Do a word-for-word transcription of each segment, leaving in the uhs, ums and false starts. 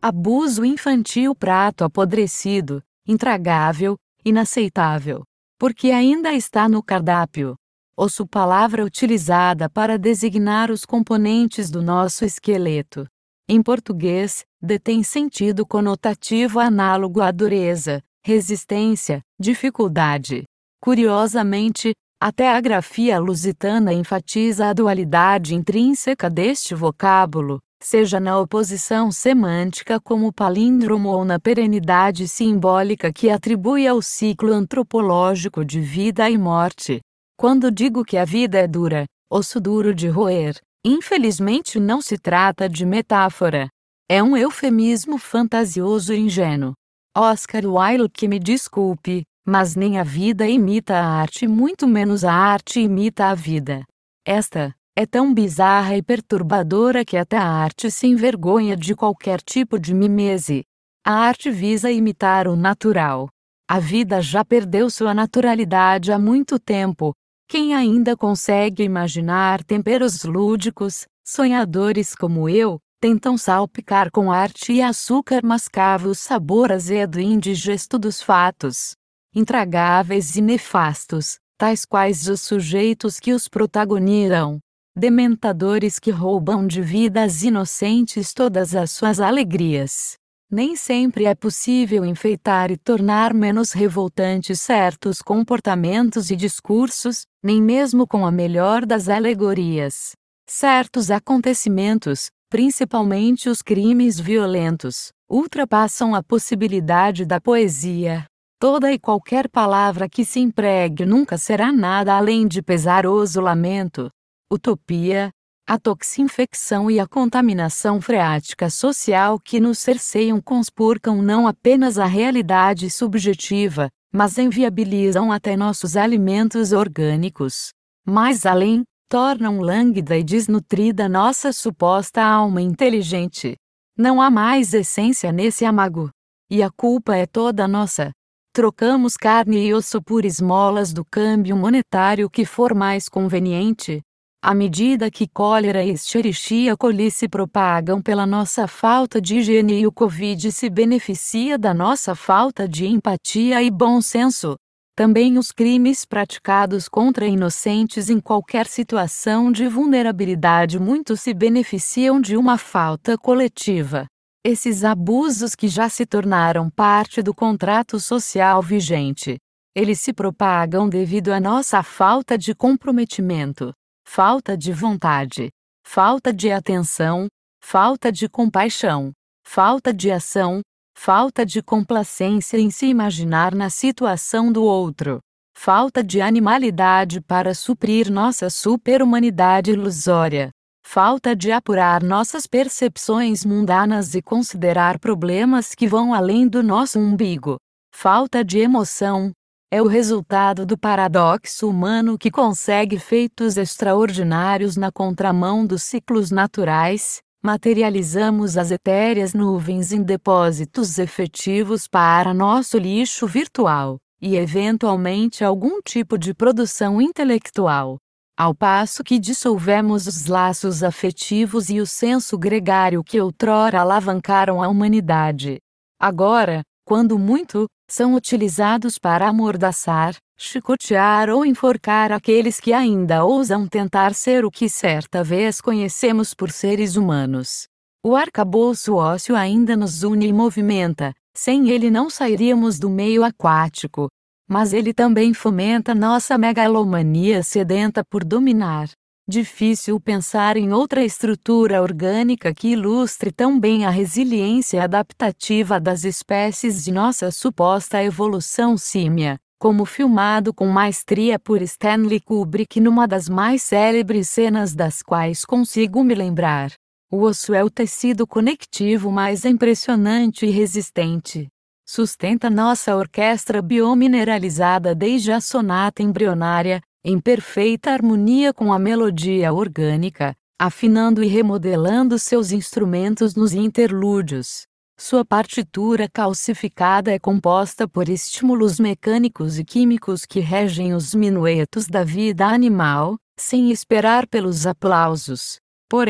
Abuso infantil, prato apodrecido, intragável, inaceitável. Porque ainda está no cardápio. Osso, palavra utilizada para designar os componentes do nosso esqueleto. Em português, detém sentido conotativo análogo à dureza, resistência, dificuldade. Curiosamente, até a grafia lusitana enfatiza a dualidade intrínseca deste vocábulo, seja na oposição semântica como palíndromo ou na perenidade simbólica que atribui ao ciclo antropológico de vida e morte. Quando digo que a vida é dura, osso duro de roer, infelizmente não se trata de metáfora. É um eufemismo fantasioso e ingênuo. Oscar Wilde que me desculpe, mas nem a vida imita a arte, muito menos a arte imita a vida. Esta é tão bizarra e perturbadora que até a arte se envergonha de qualquer tipo de mimese. A arte visa imitar o natural. A vida já perdeu sua naturalidade há muito tempo. Quem ainda consegue imaginar temperos lúdicos, sonhadores como eu, tentam salpicar com arte e açúcar mascavo o sabor azedo e indigesto dos fatos. Intragáveis e nefastos, tais quais os sujeitos que os protagonizam. Dementadores que roubam de vidas inocentes todas as suas alegrias. Nem sempre é possível enfeitar e tornar menos revoltantes certos comportamentos e discursos, nem mesmo com a melhor das alegorias. Certos acontecimentos, principalmente os crimes violentos, ultrapassam a possibilidade da poesia. Toda e qualquer palavra que se empregue nunca será nada além de pesaroso lamento. Utopia, a toxinfecção e a contaminação freática social que nos cerceiam conspurcam não apenas a realidade subjetiva, mas inviabilizam até nossos alimentos orgânicos. Mais além, tornam lânguida e desnutrida nossa suposta alma inteligente. Não há mais essência nesse amago. E a culpa é toda nossa. Trocamos carne e osso por esmolas do câmbio monetário que for mais conveniente. À medida que cólera e escherichia coli se propagam pela nossa falta de higiene e o Covid se beneficia da nossa falta de empatia e bom senso, também os crimes praticados contra inocentes em qualquer situação de vulnerabilidade muito se beneficiam de uma falta coletiva. Esses abusos que já se tornaram parte do contrato social vigente. Eles se propagam devido à nossa falta de comprometimento. Falta de vontade, falta de atenção, falta de compaixão, falta de ação, falta de complacência em se imaginar na situação do outro, falta de animalidade para suprir nossa super-humanidade ilusória, falta de apurar nossas percepções mundanas e considerar problemas que vão além do nosso umbigo, falta de emoção. É o resultado do paradoxo humano que consegue feitos extraordinários na contramão dos ciclos naturais, materializamos as etéreas nuvens em depósitos efetivos para nosso lixo virtual, e eventualmente algum tipo de produção intelectual. Ao passo que dissolvemos os laços afetivos e o senso gregário que outrora alavancaram a humanidade. Agora, quando muito, são utilizados para amordaçar, chicotear ou enforcar aqueles que ainda ousam tentar ser o que certa vez conhecemos por seres humanos. O arcabouço ósseo ainda nos une e movimenta, sem ele não sairíamos do meio aquático. Mas ele também fomenta nossa megalomania sedenta por dominar. Difícil pensar em outra estrutura orgânica que ilustre tão bem a resiliência adaptativa das espécies de nossa suposta evolução símia, como filmado com maestria por Stanley Kubrick numa das mais célebres cenas das quais consigo me lembrar. O osso é o tecido conectivo mais impressionante e resistente. Sustenta nossa orquestra biomineralizada desde a sonata embrionária, em perfeita harmonia com a melodia orgânica, afinando e remodelando seus instrumentos nos interlúdios. Sua partitura calcificada é composta por estímulos mecânicos e químicos que regem os minuetos da vida animal, sem esperar pelos aplausos. Porém,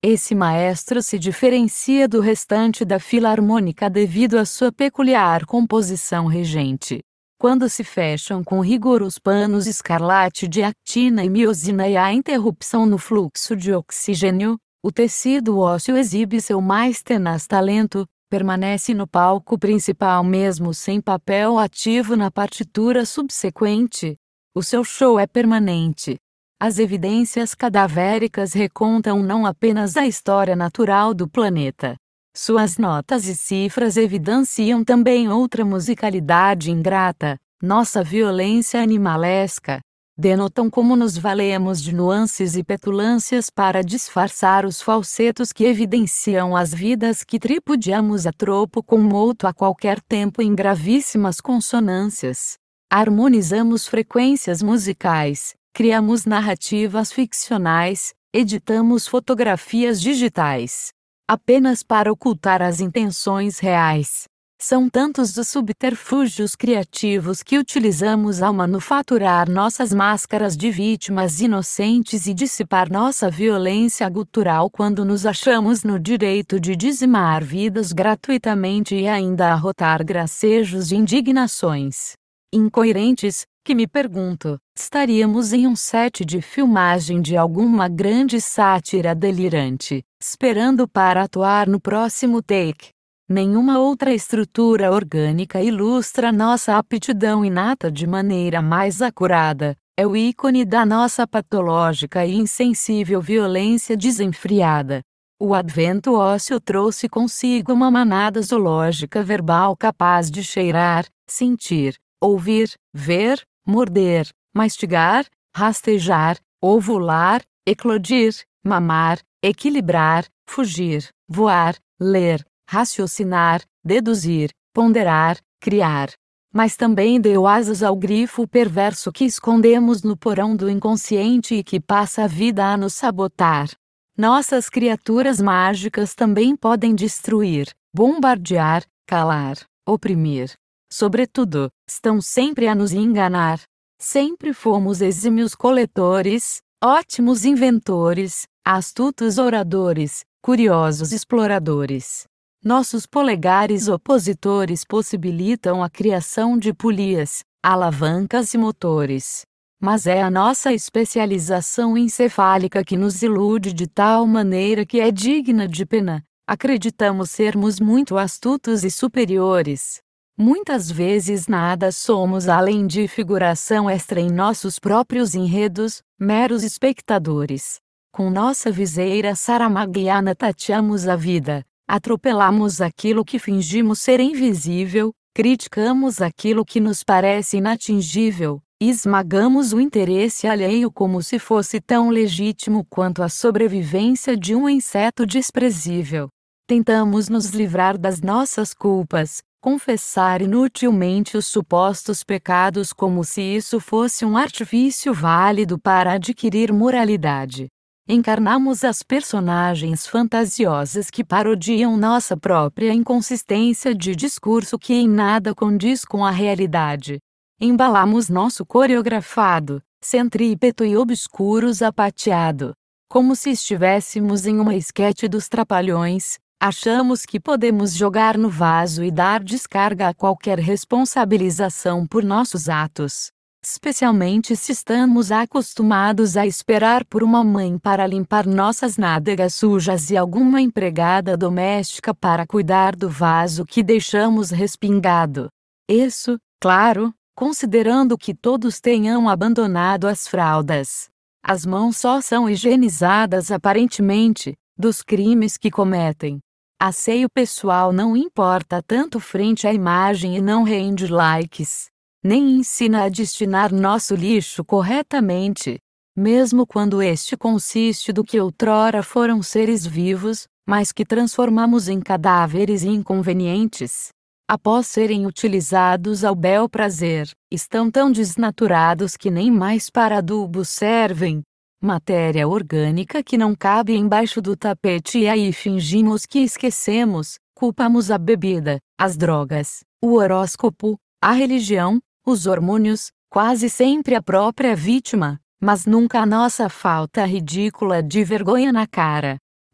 Esse maestro se diferencia do restante da filarmônica devido à sua peculiar composição regente. Quando se fecham com rigor os panos escarlate de actina e miosina e há interrupção no fluxo de oxigênio, o tecido ósseo exibe seu mais tenaz talento, permanece no palco principal mesmo sem papel ativo na partitura subsequente. O seu show é permanente. As evidências cadavéricas recontam não apenas a história natural do planeta. Suas notas e cifras evidenciam também outra musicalidade ingrata, nossa violência animalesca. Denotam como nos valemos de nuances e petulâncias para disfarçar os falsetos que evidenciam as vidas que tripudiamos a tropo com moto a qualquer tempo em gravíssimas consonâncias. Harmonizamos frequências musicais, criamos narrativas ficcionais, editamos fotografias digitais. Apenas para ocultar as intenções reais. São tantos os subterfúgios criativos que utilizamos ao manufaturar nossas máscaras de vítimas inocentes e dissipar nossa violência gutural quando nos achamos no direito de dizimar vidas gratuitamente e ainda arrotar gracejos de indignações incoerentes, que me pergunto, estaríamos em um set de filmagem de alguma grande sátira delirante, esperando para atuar no próximo take. Nenhuma outra estrutura orgânica ilustra nossa aptidão inata de maneira mais acurada. É o ícone da nossa patológica e insensível violência desenfreada. O advento ósseo trouxe consigo uma manada zoológica verbal capaz de cheirar, sentir, ouvir, ver, morder, mastigar, rastejar, ovular, eclodir, mamar, equilibrar, fugir, voar, ler, raciocinar, deduzir, ponderar, criar. Mas também deu asas ao grifo perverso que escondemos no porão do inconsciente e que passa a vida a nos sabotar. Nossas criaturas mágicas também podem destruir, bombardear, calar, oprimir. Sobretudo, estão sempre a nos enganar. Sempre fomos exímios coletores, ótimos inventores, astutos oradores, curiosos exploradores. Nossos polegares opositores possibilitam a criação de polias, alavancas e motores. Mas é a nossa especialização encefálica que nos ilude de tal maneira que é digna de pena. Acreditamos sermos muito astutos e superiores. Muitas vezes nada somos além de figuração extra em nossos próprios enredos, meros espectadores. Com nossa viseira saramaguiana tateamos a vida, atropelamos aquilo que fingimos ser invisível, criticamos aquilo que nos parece inatingível, esmagamos o interesse alheio como se fosse tão legítimo quanto a sobrevivência de um inseto desprezível. Tentamos nos livrar das nossas culpas, confessar inutilmente os supostos pecados como se isso fosse um artifício válido para adquirir moralidade. Encarnamos as personagens fantasiosas que parodiam nossa própria inconsistência de discurso que em nada condiz com a realidade. Embalamos nosso coreografado, centrípeto e obscuro zapateado. Como se estivéssemos em uma esquete dos Trapalhões, achamos que podemos jogar no vaso e dar descarga a qualquer responsabilização por nossos atos. Especialmente se estamos acostumados a esperar por uma mãe para limpar nossas nádegas sujas e alguma empregada doméstica para cuidar do vaso que deixamos respingado. Isso, claro, considerando que todos tenham abandonado as fraldas. As mãos só são higienizadas aparentemente, dos crimes que cometem. Asseio pessoal não importa tanto frente à imagem e não rende likes. Nem ensina a destinar nosso lixo corretamente. Mesmo quando este consiste do que outrora foram seres vivos, mas que transformamos em cadáveres e inconvenientes. Após serem utilizados ao bel prazer, estão tão desnaturados que nem mais para adubo servem. Matéria orgânica que não cabe embaixo do tapete e aí fingimos que esquecemos, culpamos a bebida, as drogas, o horóscopo, a religião, os hormônios, quase sempre a própria vítima, mas nunca a nossa falta ridícula de vergonha na cara.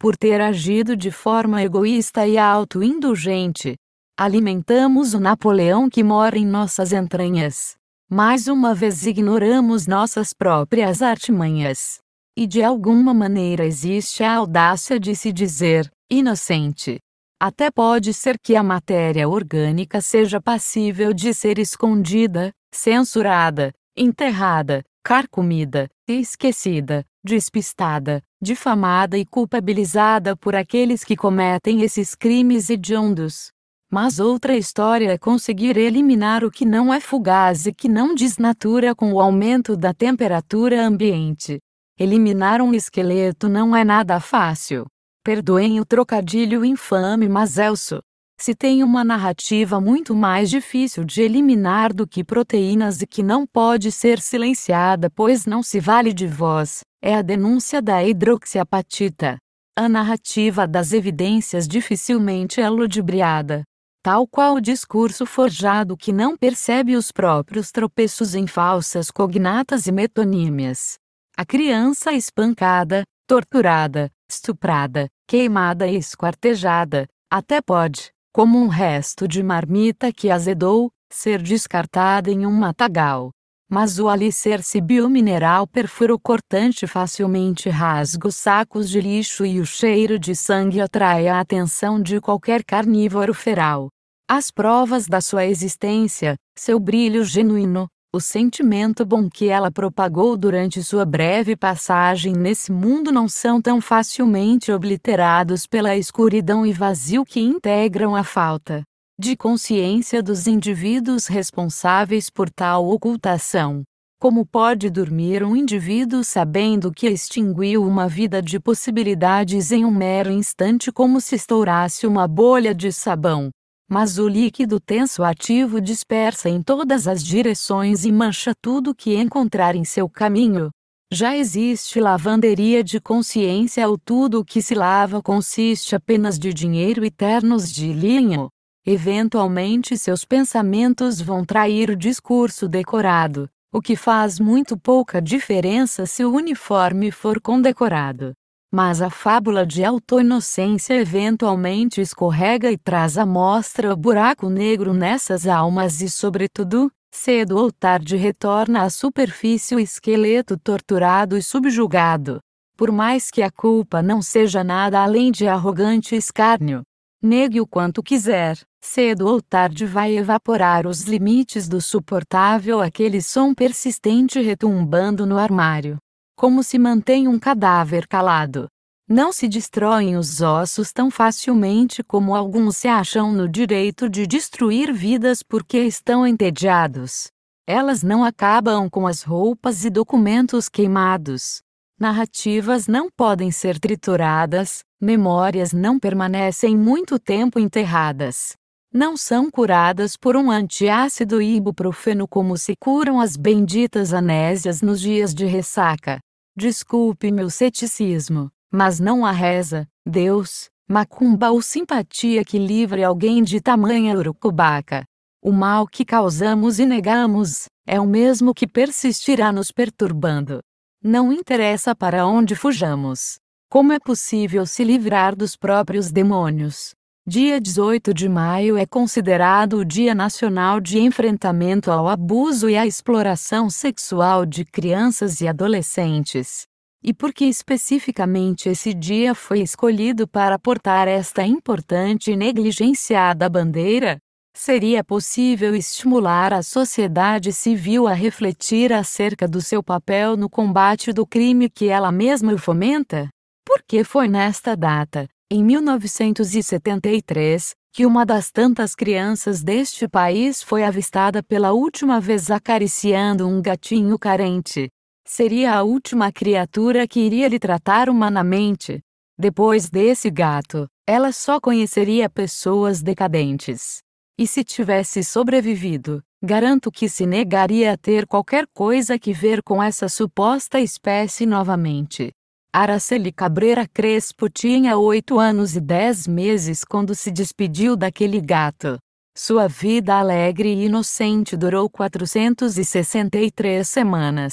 por ter agido de forma egoísta e auto-indulgente. Alimentamos o Napoleão que mora em nossas entranhas. Mais uma vez ignoramos nossas próprias artimanhas. E de alguma maneira existe a audácia de se dizer, inocente. Até pode ser que a matéria orgânica seja passível de ser escondida, censurada, enterrada, carcomida, esquecida, despistada, difamada e culpabilizada por aqueles que cometem esses crimes hediondos. Mas outra história é conseguir eliminar o que não é fugaz e que não desnatura com o aumento da temperatura ambiente. Eliminar um esqueleto não é nada fácil. Perdoem o trocadilho infame, mas Elso. Se tem uma narrativa muito mais difícil de eliminar do que proteínas e que não pode ser silenciada pois não se vale de voz, é a denúncia da hidroxiapatita. A narrativa das evidências dificilmente é ludibriada. Tal qual o discurso forjado que não percebe os próprios tropeços em falsas cognatas e metonímias. A criança espancada, torturada, estuprada, queimada e esquartejada, até pode, como um resto de marmita que azedou, ser descartada em um matagal. Mas o alicerce biomineral perfuro-cortante facilmente rasga os sacos de lixo e o cheiro de sangue atrai a atenção de qualquer carnívoro feral. As provas da sua existência, seu brilho genuíno, o sentimento bom que ela propagou durante sua breve passagem nesse mundo não são tão facilmente obliterados pela escuridão e vazio que integram a falta de consciência dos indivíduos responsáveis por tal ocultação. Como pode dormir um indivíduo sabendo que extinguiu uma vida de possibilidades em um mero instante como se estourasse uma bolha de sabão? Mas o líquido tenso ativo dispersa em todas as direções e mancha tudo que encontrar em seu caminho. Já existe lavanderia de consciência ou tudo o que se lava consiste apenas de dinheiro e ternos de linho? Eventualmente seus pensamentos vão trair o discurso decorado, o que faz muito pouca diferença se o uniforme for condecorado. Mas a fábula de autoinocência eventualmente escorrega e traz à mostra o buraco negro nessas almas e, sobretudo, cedo ou tarde retorna à superfície o esqueleto torturado e subjugado. Por mais que a culpa não seja nada além de arrogante escárnio, negue o quanto quiser, cedo ou tarde vai evaporar os limites do suportável aquele som persistente retumbando no armário. Como se mantém um cadáver calado? Não se destroem os ossos tão facilmente como alguns se acham no direito de destruir vidas porque estão entediados. Elas não acabam com as roupas e documentos queimados. Narrativas não podem ser trituradas, memórias não permanecem muito tempo enterradas. Não são curadas por um antiácido ibuprofeno como se curam as benditas anésias nos dias de ressaca. Desculpe meu ceticismo, mas não há reza, Deus, macumba ou simpatia que livre alguém de tamanha urucubaca. O mal que causamos e negamos, é o mesmo que persistirá nos perturbando. Não interessa para onde fujamos. Como é possível se livrar dos próprios demônios? Dia dezoito de maio é considerado o Dia Nacional de Enfrentamento ao Abuso e à Exploração Sexual de Crianças e Adolescentes. E por que especificamente esse dia foi escolhido para portar esta importante e negligenciada bandeira? Seria possível estimular a sociedade civil a refletir acerca do seu papel no combate do crime que ela mesma fomenta? Porque foi nesta data, em mil novecentos e setenta e três, que uma das tantas crianças deste país foi avistada pela última vez acariciando um gatinho carente. Seria a última criatura que iria lhe tratar humanamente. Depois desse gato, ela só conheceria pessoas decadentes. E se tivesse sobrevivido, garanto que se negaria a ter qualquer coisa que ver com essa suposta espécie novamente. Araceli Cabreira Crespo tinha oito anos e dez meses quando se despediu daquele gato. Sua vida alegre e inocente durou quatrocentas e sessenta e três semanas.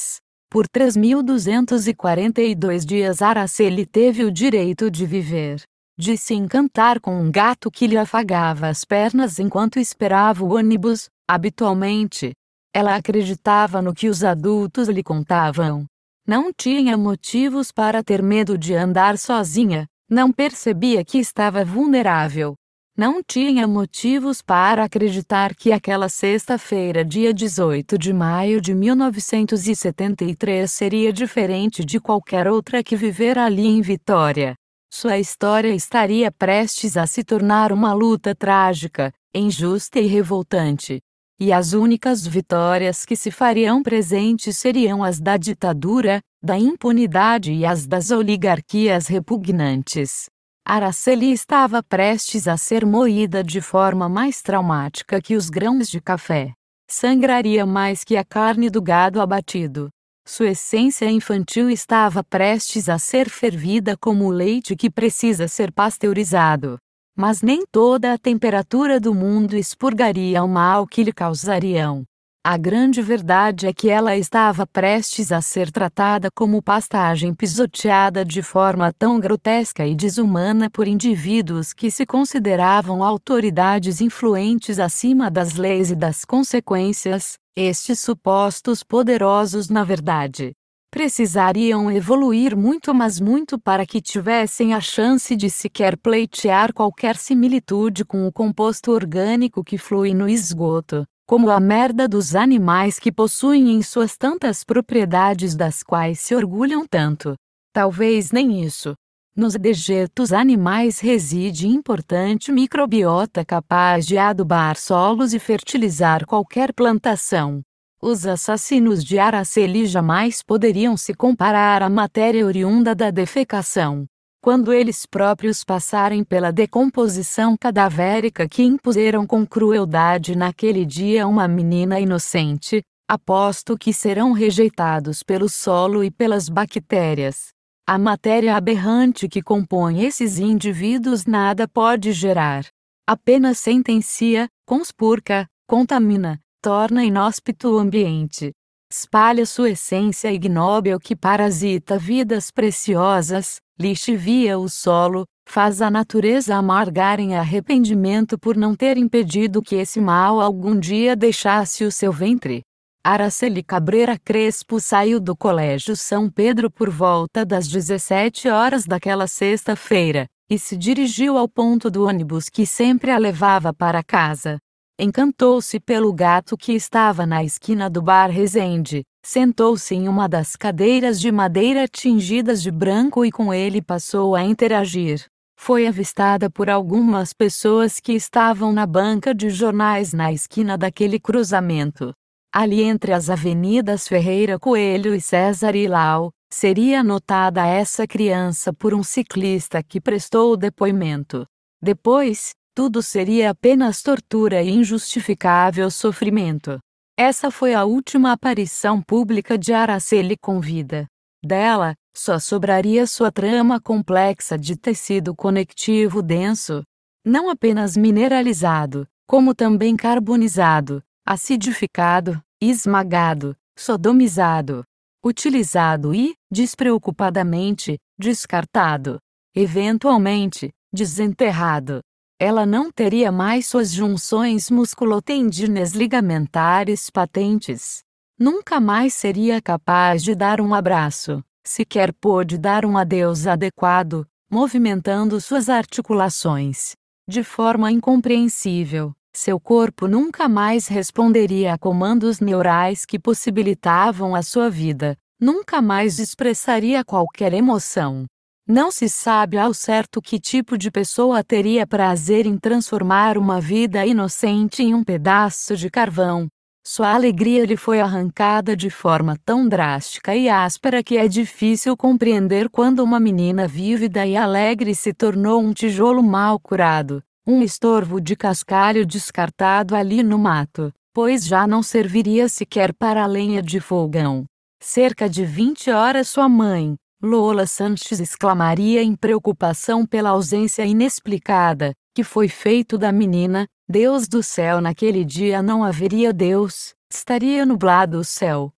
Por três mil duzentos e quarenta e dois dias Araceli teve o direito de viver, de se encantar com um gato que lhe afagava as pernas enquanto esperava o ônibus. Habitualmente, ela acreditava no que os adultos lhe contavam. Não tinha motivos para ter medo de andar sozinha, não percebia que estava vulnerável. Não tinha motivos para acreditar que aquela sexta-feira, dia dezoito de maio de mil novecentos e setenta e três, seria diferente de qualquer outra que vivera ali em Vitória. Sua história estaria prestes a se tornar uma luta trágica, injusta e revoltante. E as únicas vitórias que se fariam presentes seriam as da ditadura, da impunidade e as das oligarquias repugnantes. Araceli estava prestes a ser moída de forma mais traumática que os grãos de café. Sangraria mais que a carne do gado abatido. Sua essência infantil estava prestes a ser fervida como o leite que precisa ser pasteurizado. Mas nem toda a temperatura do mundo expurgaria o mal que lhe causariam. A grande verdade é que ela estava prestes a ser tratada como pastagem pisoteada de forma tão grotesca e desumana por indivíduos que se consideravam autoridades influentes acima das leis e das consequências. Estes supostos poderosos, na verdade, precisariam evoluir muito, mas muito, para que tivessem a chance de sequer pleitear qualquer similitude com o composto orgânico que flui no esgoto, como a merda dos animais que possuem em suas tantas propriedades das quais se orgulham tanto. Talvez nem isso. Nos dejetos animais reside importante microbiota capaz de adubar solos e fertilizar qualquer plantação. Os assassinos de Araceli jamais poderiam se comparar à matéria oriunda da defecação. Quando eles próprios passarem pela decomposição cadavérica que impuseram com crueldade naquele dia a uma menina inocente, aposto que serão rejeitados pelo solo e pelas bactérias. A matéria aberrante que compõe esses indivíduos nada pode gerar. Apenas sentencia, conspurca, contamina, torna inóspito o ambiente. Espalha sua essência ignóbil que parasita vidas preciosas, lixivia o solo, faz a natureza amargar em arrependimento por não ter impedido que esse mal algum dia deixasse o seu ventre. Araceli Cabreira Crespo saiu do Colégio São Pedro por volta das dezessete horas daquela sexta-feira, e se dirigiu ao ponto do ônibus que sempre a levava para casa. Encantou-se pelo gato que estava na esquina do bar Resende, sentou-se em uma das cadeiras de madeira tingidas de branco e com ele passou a interagir. Foi avistada por algumas pessoas que estavam na banca de jornais na esquina daquele cruzamento. Ali entre as avenidas Ferreira Coelho e César Ilau, seria notada essa criança por um ciclista que prestou o depoimento. Depois, tudo seria apenas tortura e injustificável sofrimento. Essa foi a última aparição pública de Araceli com vida. Dela, só sobraria sua trama complexa de tecido conectivo denso, não apenas mineralizado, como também carbonizado, acidificado, esmagado, sodomizado, utilizado e, despreocupadamente, descartado. Eventualmente, desenterrado. Ela não teria mais suas junções musculotendinais ligamentares patentes. Nunca mais seria capaz de dar um abraço, sequer pôde dar um adeus adequado, movimentando suas articulações. De forma incompreensível, seu corpo nunca mais responderia a comandos neurais que possibilitavam a sua vida, nunca mais expressaria qualquer emoção. Não se sabe ao certo que tipo de pessoa teria prazer em transformar uma vida inocente em um pedaço de carvão. Sua alegria lhe foi arrancada de forma tão drástica e áspera que é difícil compreender quando uma menina vívida e alegre se tornou um tijolo mal curado, um estorvo de cascalho descartado ali no mato, pois já não serviria sequer para a lenha de fogão. Cerca de vinte horas sua mãe, Lola Sanches, exclamaria em preocupação pela ausência inexplicada, que foi feito da menina. Deus do céu, naquele dia não haveria Deus, estaria nublado o céu,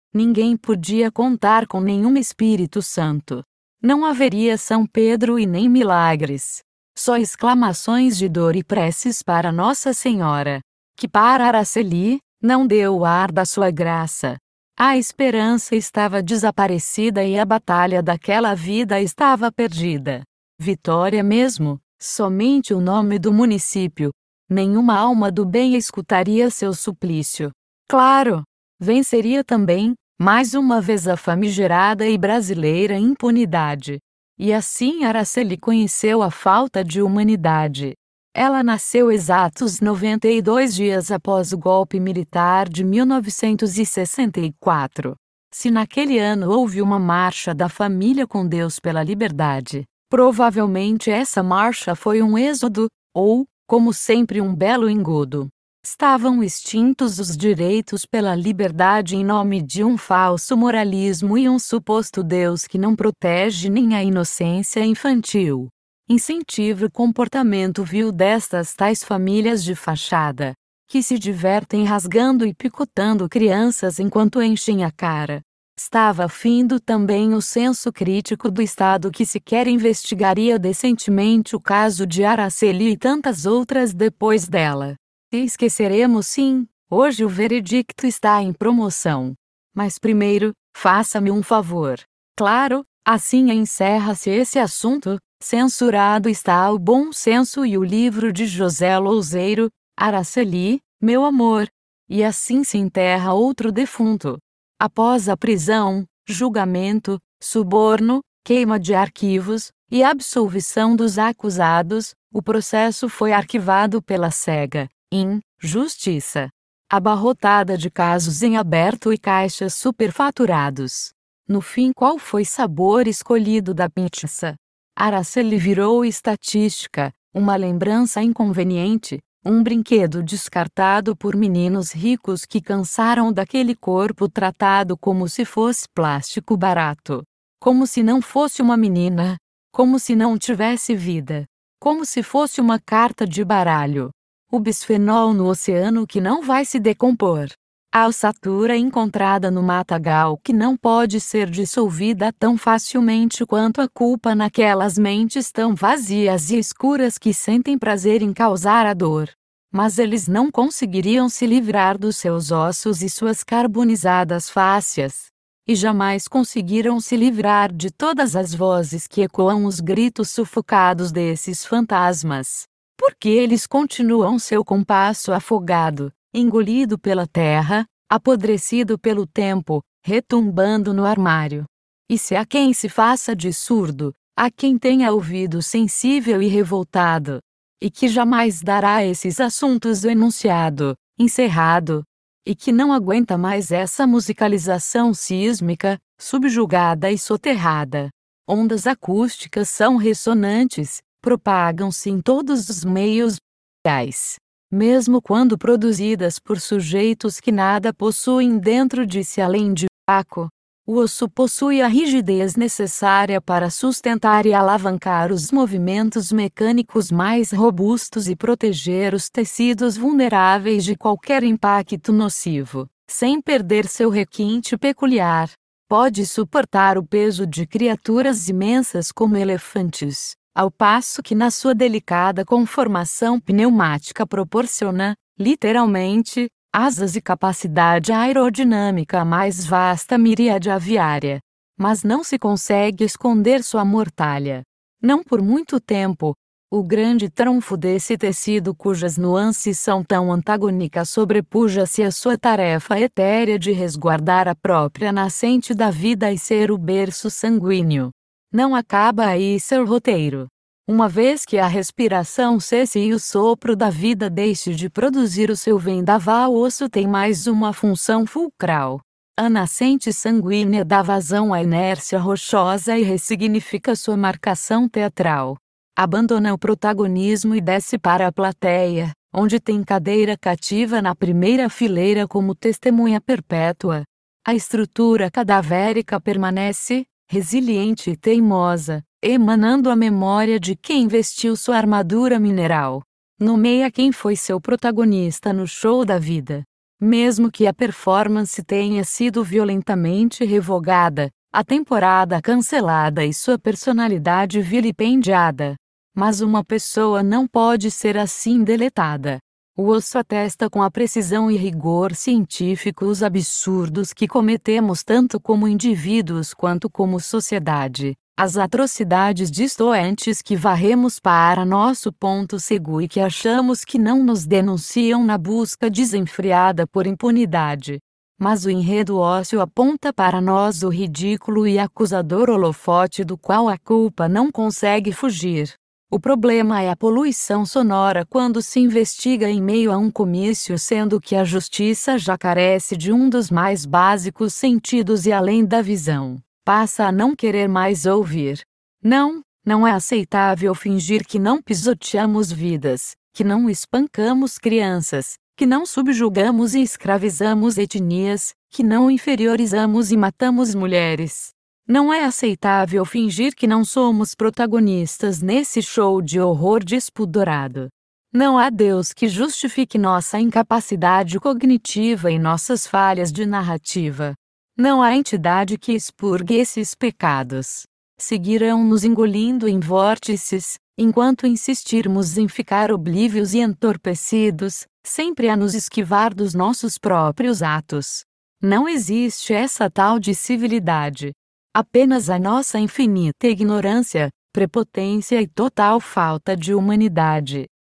Ninguém podia contar com nenhum Espírito Santo. Não haveria São Pedro e nem milagres. Só exclamações de dor e preces para Nossa Senhora, que para Araceli, não deu o ar da sua graça. A esperança estava desaparecida e a batalha daquela vida estava perdida. Vitória mesmo, somente o nome do município. Nenhuma alma do bem escutaria seu suplício. Claro, venceria também, mais uma vez a famigerada e brasileira impunidade. E assim Araceli conheceu a falta de humanidade. Ela nasceu exatos noventa e dois dias após o golpe militar de mil novecentos e sessenta e quatro. Se naquele ano houve uma marcha da família com Deus pela liberdade, provavelmente essa marcha foi um êxodo, ou, como sempre, um belo engodo. Estavam extintos os direitos pela liberdade em nome de um falso moralismo e um suposto Deus que não protege nem a inocência infantil. Incentiva o comportamento vil destas tais famílias de fachada, que se divertem rasgando e picotando crianças enquanto enchem a cara. Estava findo também o senso crítico do Estado que sequer investigaria decentemente o caso de Araceli e tantas outras depois dela. E esqueceremos sim, hoje o veredicto está em promoção. Mas primeiro, faça-me um favor. Claro, assim encerra-se esse assunto, censurado está o bom senso e o livro de José Louzeiro, Araceli, meu amor. E assim se enterra outro defunto. Após a prisão, julgamento, suborno, queima de arquivos e absolvição dos acusados, o processo foi arquivado pela cega injustiça, abarrotada de casos em aberto e caixas superfaturados. No fim, qual foi sabor escolhido da pizza? Araceli virou estatística, uma lembrança inconveniente, um brinquedo descartado por meninos ricos que cansaram daquele corpo tratado como se fosse plástico barato. Como se não fosse uma menina. Como se não tivesse vida. Como se fosse uma carta de baralho. O bisfenol no oceano que não vai se decompor. A ossatura encontrada no matagal que não pode ser dissolvida tão facilmente quanto a culpa naquelas mentes tão vazias e escuras que sentem prazer em causar a dor. Mas eles não conseguiriam se livrar dos seus ossos e suas carbonizadas fáscias. E jamais conseguiram se livrar de todas as vozes que ecoam os gritos sufocados desses fantasmas. Porque eles continuam seu compasso afogado, engolido pela terra, apodrecido pelo tempo, retumbando no armário. E se há quem se faça de surdo, há quem tenha ouvido sensível e revoltado, e que jamais dará a esses assuntos o enunciado, encerrado, e que não aguenta mais essa musicalização sísmica, subjugada e soterrada. Ondas acústicas são ressonantes, propagam-se em todos os meios reais. Mesmo quando produzidas por sujeitos que nada possuem dentro de si além de vácuo, o osso possui a rigidez necessária para sustentar e alavancar os movimentos mecânicos mais robustos e proteger os tecidos vulneráveis de qualquer impacto nocivo, sem perder seu requinte peculiar. Pode suportar o peso de criaturas imensas como elefantes, ao passo que na sua delicada conformação pneumática proporciona, literalmente, asas e capacidade aerodinâmica mais vasta miríade aviária. Mas não se consegue esconder sua mortalha. Não por muito tempo. O grande trunfo desse tecido cujas nuances são tão antagônicas sobrepuja-se a sua tarefa etérea de resguardar a própria nascente da vida e ser o berço sanguíneo. Não acaba aí seu roteiro. Uma vez que a respiração cesse e o sopro da vida deixe de produzir o seu vendaval, o osso tem mais uma função fulcral. A nascente sanguínea dá vazão à inércia rochosa e ressignifica sua marcação teatral. Abandona o protagonismo e desce para a plateia, onde tem cadeira cativa na primeira fileira como testemunha perpétua. A estrutura cadavérica permanece, resiliente e teimosa, emanando a memória de quem vestiu sua armadura mineral. Nomeia quem foi seu protagonista no show da vida. Mesmo que a performance tenha sido violentamente revogada, a temporada cancelada e sua personalidade vilipendiada. Mas uma pessoa não pode ser assim deletada. O osso atesta com a precisão e rigor científico os absurdos que cometemos tanto como indivíduos quanto como sociedade, as atrocidades distoantes que varremos para nosso ponto cego e que achamos que não nos denunciam na busca desenfreada por impunidade. Mas o enredo ósseo aponta para nós o ridículo e acusador holofote do qual a culpa não consegue fugir. O problema é a poluição sonora quando se investiga em meio a um comício, sendo que a justiça já carece de um dos mais básicos sentidos e além da visão, passa a não querer mais ouvir. Não, não é aceitável fingir que não pisoteamos vidas, que não espancamos crianças, que não subjugamos e escravizamos etnias, que não inferiorizamos e matamos mulheres. Não é aceitável fingir que não somos protagonistas nesse show de horror despudorado. Não há Deus que justifique nossa incapacidade cognitiva e nossas falhas de narrativa. Não há entidade que expurgue esses pecados. Seguirão nos engolindo em vórtices, enquanto insistirmos em ficar oblívios e entorpecidos, sempre a nos esquivar dos nossos próprios atos. Não existe essa tal de civilidade. Apenas a nossa infinita ignorância, prepotência e total falta de humanidade.